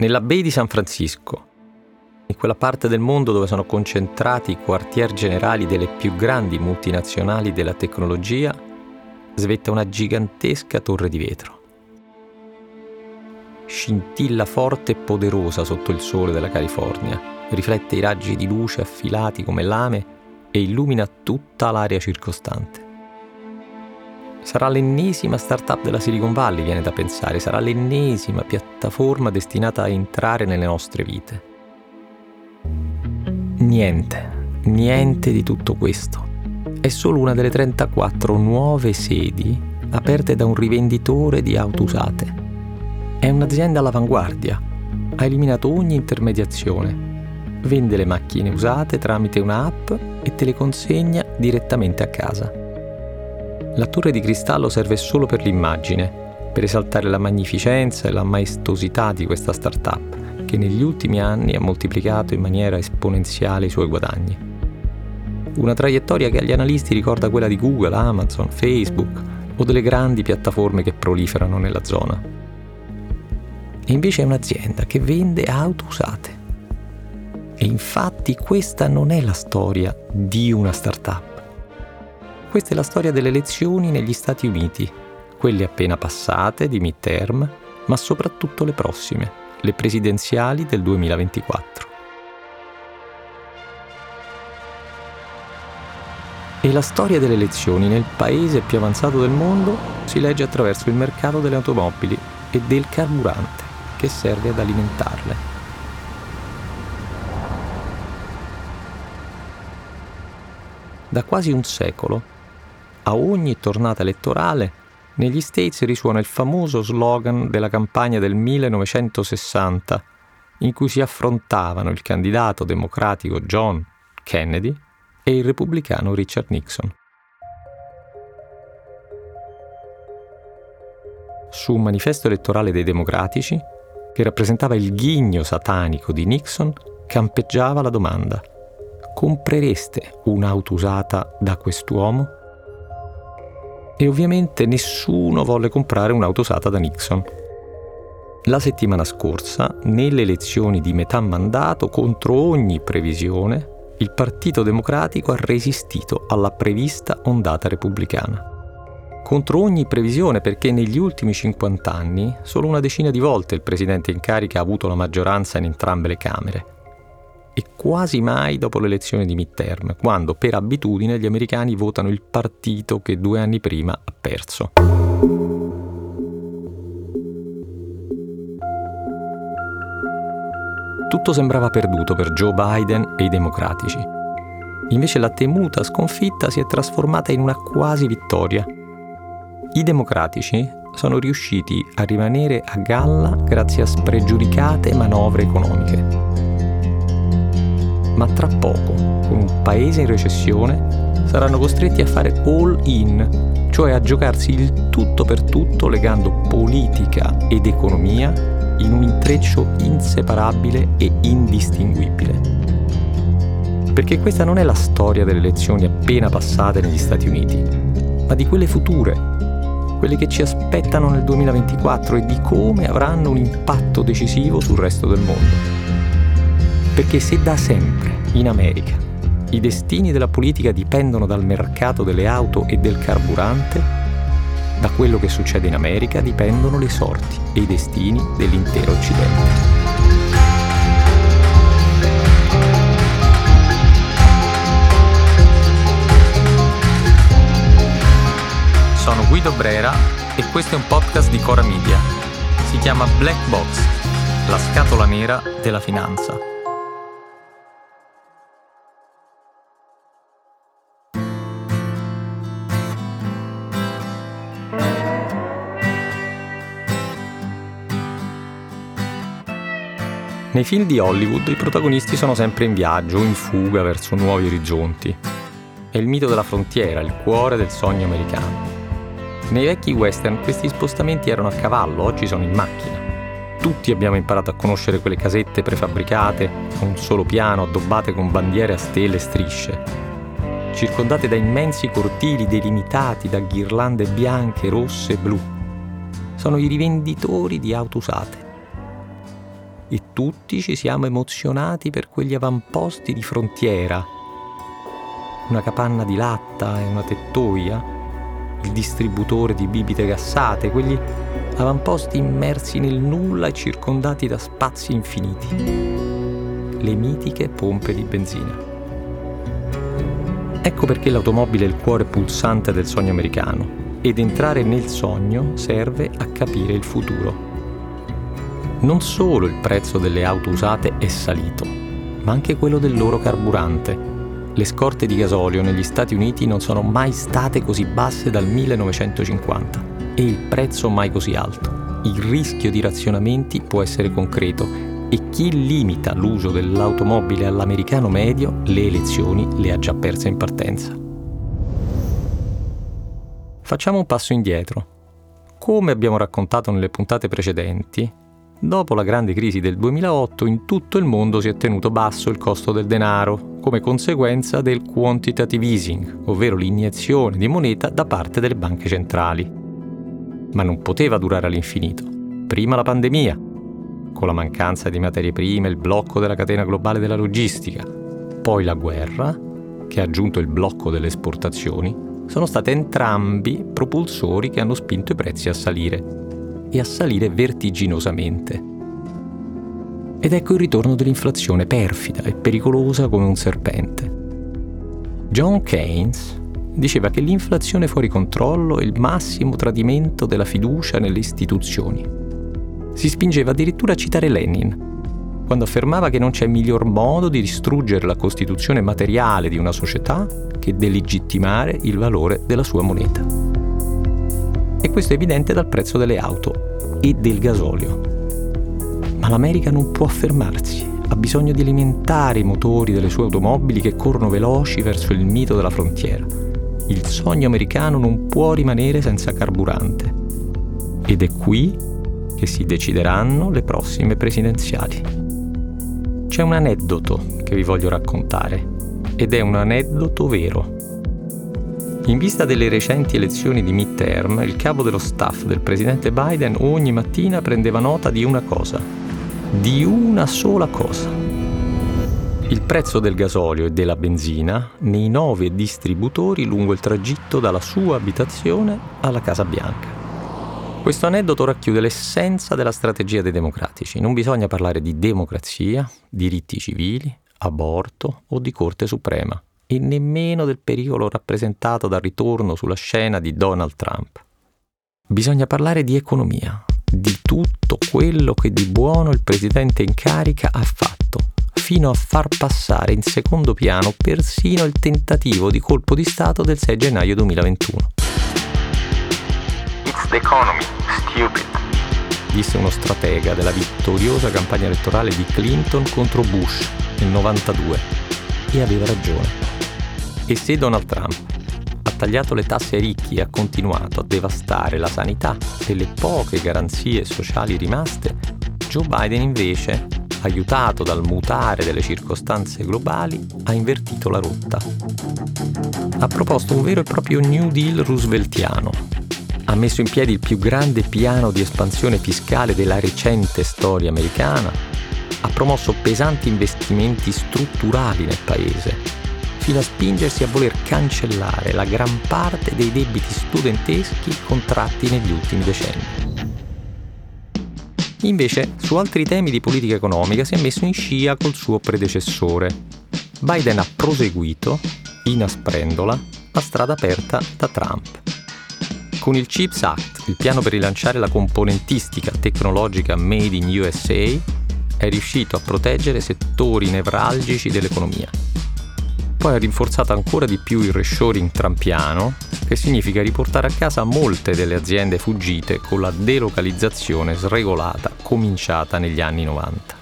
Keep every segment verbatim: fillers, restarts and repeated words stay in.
Nella Bay di San Francisco, in quella parte del mondo dove sono concentrati i quartier generali delle più grandi multinazionali della tecnologia, svetta una gigantesca torre di vetro. Scintilla forte e poderosa sotto il sole della California, riflette i raggi di luce affilati come lame e illumina tutta l'area circostante. Sarà l'ennesima startup della Silicon Valley, viene da pensare, sarà l'ennesima piattaforma destinata a entrare nelle nostre vite. Niente, niente di tutto questo. È solo una delle trentaquattro nuove sedi aperte da un rivenditore di auto usate. È un'azienda all'avanguardia, ha eliminato ogni intermediazione, vende le macchine usate tramite un'app e te le consegna direttamente a casa. La torre di cristallo serve solo per l'immagine, per esaltare la magnificenza e la maestosità di questa startup, che negli ultimi anni ha moltiplicato in maniera esponenziale i suoi guadagni. Una traiettoria che agli analisti ricorda quella di Google, Amazon, Facebook o delle grandi piattaforme che proliferano nella zona. E invece è un'azienda che vende auto usate. E infatti questa non è la storia di una startup. Questa è la storia delle elezioni negli Stati Uniti, quelle appena passate di midterm, ma soprattutto le prossime, le presidenziali del duemilaventiquattro. E la storia delle elezioni nel paese più avanzato del mondo si legge attraverso il mercato delle automobili e del carburante che serve ad alimentarle. Da quasi un secolo, a ogni tornata elettorale, negli States risuona il famoso slogan della campagna del millenovecentosessanta, in cui si affrontavano il candidato democratico John Kennedy e il repubblicano Richard Nixon. Su un manifesto elettorale dei democratici, che rappresentava il ghigno satanico di Nixon, campeggiava la domanda: comprereste un'auto usata da quest'uomo? E ovviamente nessuno volle comprare un'auto usata da Nixon. La settimana scorsa, nelle elezioni di metà mandato, contro ogni previsione, il Partito Democratico ha resistito alla prevista ondata repubblicana. Contro ogni previsione, perché negli ultimi cinquanta anni solo una decina di volte il presidente in carica ha avuto la maggioranza in entrambe le Camere. E quasi mai dopo l'elezione di midterm, quando per abitudine gli americani votano il partito che due anni prima ha perso. Tutto sembrava perduto per Joe Biden e i democratici. Invece la temuta sconfitta si è trasformata in una quasi vittoria. I democratici sono riusciti a rimanere a galla grazie a spregiudicate manovre economiche. Ma tra poco, con un paese in recessione, saranno costretti a fare all in, cioè a giocarsi il tutto per tutto legando politica ed economia in un intreccio inseparabile e indistinguibile. Perché questa non è la storia delle elezioni appena passate negli Stati Uniti, ma di quelle future, quelle che ci aspettano nel duemilaventiquattro e di come avranno un impatto decisivo sul resto del mondo. Perché se da sempre in America i destini della politica dipendono dal mercato delle auto e del carburante, da quello che succede in America dipendono le sorti e i destini dell'intero Occidente. Sono Guido Brera e questo è un podcast di Cora Media. Si chiama Black Box, la scatola nera della finanza. Nei film di Hollywood i protagonisti sono sempre in viaggio o in fuga verso nuovi orizzonti. È il mito della frontiera, il cuore del sogno americano. Nei vecchi western questi spostamenti erano a cavallo, oggi sono in macchina. Tutti abbiamo imparato a conoscere quelle casette prefabbricate, a un solo piano, addobbate con bandiere a stelle e strisce, circondate da immensi cortili delimitati da ghirlande bianche, rosse e blu. Sono i rivenditori di auto usate. e tutti ci siamo emozionati per quegli avamposti di frontiera. Una capanna di latta e una tettoia, il distributore di bibite gassate, quegli avamposti immersi nel nulla e circondati da spazi infiniti. Le mitiche pompe di benzina. Ecco perché l'automobile è il cuore pulsante del sogno americano, ed entrare nel sogno serve a capire il futuro. Non solo il prezzo delle auto usate è salito, ma anche quello del loro carburante. Le scorte di gasolio negli Stati Uniti non sono mai state così basse dal millenovecentocinquanta e il prezzo mai così alto. Il rischio di razionamenti può essere concreto e chi limita l'uso dell'automobile all'americano medio le elezioni le ha già perse in partenza. Facciamo un passo indietro. Come abbiamo raccontato nelle puntate precedenti, dopo la grande crisi del duemilaotto in tutto il mondo si è tenuto basso il costo del denaro come conseguenza del quantitative easing, ovvero l'iniezione di moneta da parte delle banche centrali. Ma non poteva durare all'infinito. Prima la pandemia, con la mancanza di materie prime e il blocco della catena globale della logistica, poi la guerra, che ha aggiunto il blocco delle esportazioni, sono stati entrambi propulsori che hanno spinto i prezzi a salire, e a salire vertiginosamente. Ed ecco il ritorno dell'inflazione perfida e pericolosa come un serpente. John Keynes diceva che l'inflazione fuori controllo è il massimo tradimento della fiducia nelle istituzioni. Si spingeva addirittura a citare Lenin, quando affermava che non c'è miglior modo di distruggere la costituzione materiale di una società che delegittimare il valore della sua moneta. E questo è evidente dal prezzo delle auto e del gasolio. Ma l'America non può fermarsi, ha bisogno di alimentare i motori delle sue automobili che corrono veloci verso il mito della frontiera. Il sogno americano non può rimanere senza carburante. Ed è qui che si decideranno le prossime presidenziali. C'è un aneddoto che vi voglio raccontare, ed è un aneddoto vero. In vista delle recenti elezioni di midterm, il capo dello staff del presidente Biden ogni mattina prendeva nota di una cosa, di una sola cosa. Il prezzo del gasolio e della benzina nei nove distributori lungo il tragitto dalla sua abitazione alla Casa Bianca. Questo aneddoto racchiude l'essenza della strategia dei democratici. Non bisogna parlare di democrazia, diritti civili, aborto o di Corte Suprema, e nemmeno del pericolo rappresentato dal ritorno sulla scena di Donald Trump. Bisogna parlare di economia, di tutto quello che di buono il presidente in carica ha fatto, fino a far passare in secondo piano persino il tentativo di colpo di Stato del sei gennaio duemilaventuno. It's the economy, stupid, disse uno stratega della vittoriosa campagna elettorale di Clinton contro Bush nel novantadue, e aveva ragione. E se Donald Trump ha tagliato le tasse ai ricchi e ha continuato a devastare la sanità e le poche garanzie sociali rimaste, Joe Biden invece, aiutato dal mutare delle circostanze globali, ha invertito la rotta. Ha proposto un vero e proprio New Deal rooseveltiano. Ha messo in piedi il più grande piano di espansione fiscale della recente storia americana, ha promosso pesanti investimenti strutturali nel paese, fino a spingersi a voler cancellare la gran parte dei debiti studenteschi contratti negli ultimi decenni. Invece, su altri temi di politica economica si è messo in scia col suo predecessore. Biden ha proseguito, inasprendola, la strada aperta da Trump. Con il CHIPS Act, il piano per rilanciare la componentistica tecnologica made in U S A, è riuscito a proteggere settori nevralgici dell'economia. Poi ha rinforzato ancora di più il reshoring trumpiano, che significa riportare a casa molte delle aziende fuggite con la delocalizzazione sregolata cominciata negli anni novanta.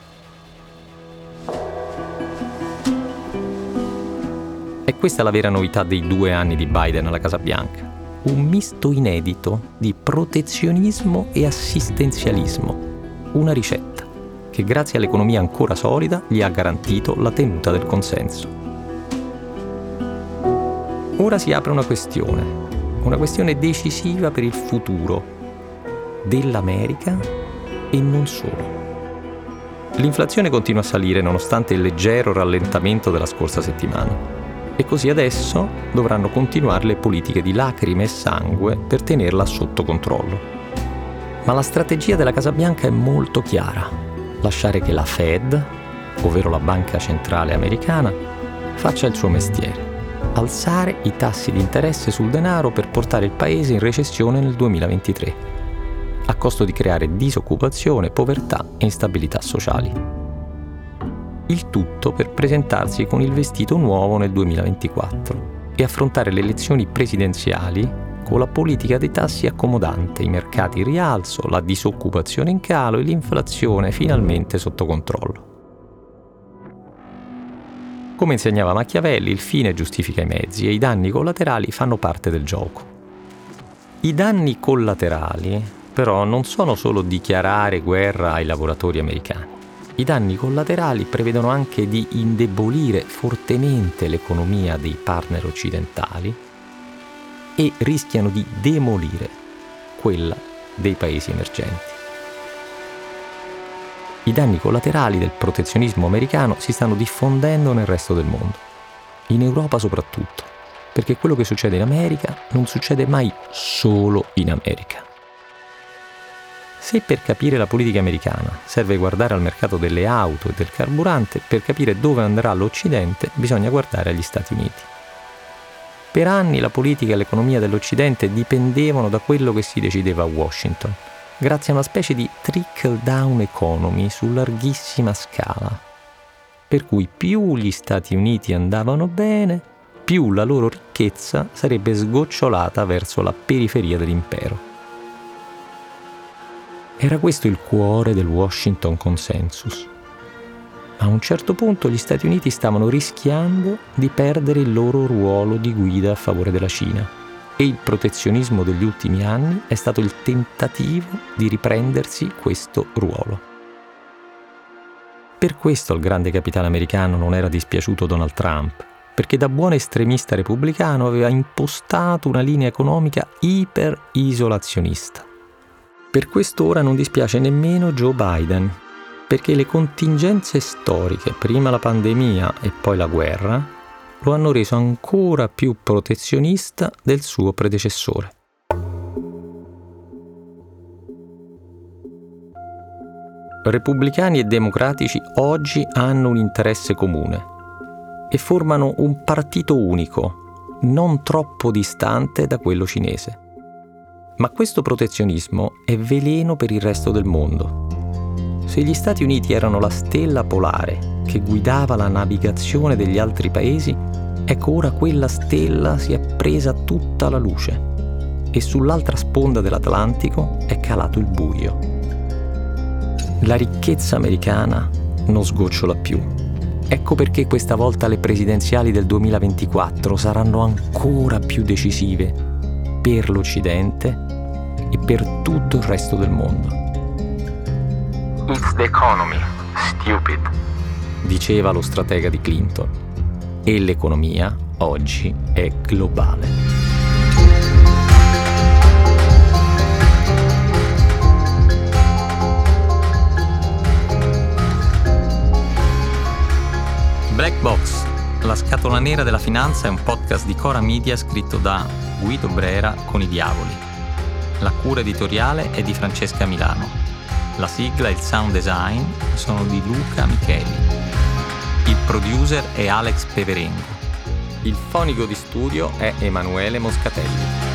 E questa è la vera novità dei due anni di Biden alla Casa Bianca. Un misto inedito di protezionismo e assistenzialismo. Una ricetta che grazie all'economia ancora solida gli ha garantito la tenuta del consenso. Ora si apre una questione, una questione decisiva per il futuro dell'America e non solo. L'inflazione continua a salire nonostante il leggero rallentamento della scorsa settimana. E così adesso dovranno continuare le politiche di lacrime e sangue per tenerla sotto controllo. Ma la strategia della Casa Bianca è molto chiara: lasciare che la Fed, ovvero la banca centrale americana, faccia il suo mestiere: alzare i tassi di interesse sul denaro per portare il paese in recessione nel duemilaventitré, a costo di creare disoccupazione, povertà e instabilità sociali. Il tutto per presentarsi con il vestito nuovo nel duemilaventiquattro e affrontare le elezioni presidenziali con la politica dei tassi accomodante, i mercati in rialzo, la disoccupazione in calo e l'inflazione finalmente sotto controllo. Come insegnava Machiavelli, il fine giustifica i mezzi e i danni collaterali fanno parte del gioco. I danni collaterali, però, non sono solo dichiarare guerra ai lavoratori americani. I danni collaterali prevedono anche di indebolire fortemente l'economia dei partner occidentali e rischiano di demolire quella dei paesi emergenti. I danni collaterali del protezionismo americano si stanno diffondendo nel resto del mondo, in Europa soprattutto, perché quello che succede in America non succede mai solo in America. Se per capire la politica americana serve guardare al mercato delle auto e del carburante, per capire dove andrà l'Occidente bisogna guardare agli Stati Uniti. Per anni la politica e l'economia dell'Occidente dipendevano da quello che si decideva a Washington, grazie a una specie di trickle-down economy su larghissima scala, per cui più gli Stati Uniti andavano bene, più la loro ricchezza sarebbe sgocciolata verso la periferia dell'impero. Era questo il cuore del Washington Consensus. A un certo punto gli Stati Uniti stavano rischiando di perdere il loro ruolo di guida a favore della Cina e il protezionismo degli ultimi anni è stato il tentativo di riprendersi questo ruolo. Per questo al grande capitale americano non era dispiaciuto Donald Trump, perché da buon estremista repubblicano aveva impostato una linea economica iper-isolazionista. Per questo ora non dispiace nemmeno Joe Biden, perché le contingenze storiche, prima la pandemia e poi la guerra, lo hanno reso ancora più protezionista del suo predecessore. Repubblicani e democratici oggi hanno un interesse comune e formano un partito unico, non troppo distante da quello cinese. Ma questo protezionismo è veleno per il resto del mondo. Se gli Stati Uniti erano la stella polare che guidava la navigazione degli altri paesi, ecco ora quella stella si è presa tutta la luce e sull'altra sponda dell'Atlantico è calato il buio. La ricchezza americana non sgocciola più. Ecco perché questa volta le presidenziali del duemilaventiquattro saranno ancora più decisive per l'Occidente e per tutto il resto del mondo. It's the economy, stupid, diceva lo stratega di Clinton. E l'economia oggi è globale. Black Box, la scatola nera della finanza, è un podcast di Cora Media scritto da Guido Brera con i Diavoli. La cura editoriale è di Francesca Milano. La sigla e il sound design sono di Luca Micheli. Il producer è Alex Peverengo. Il fonico di studio è Emanuele Moscatelli.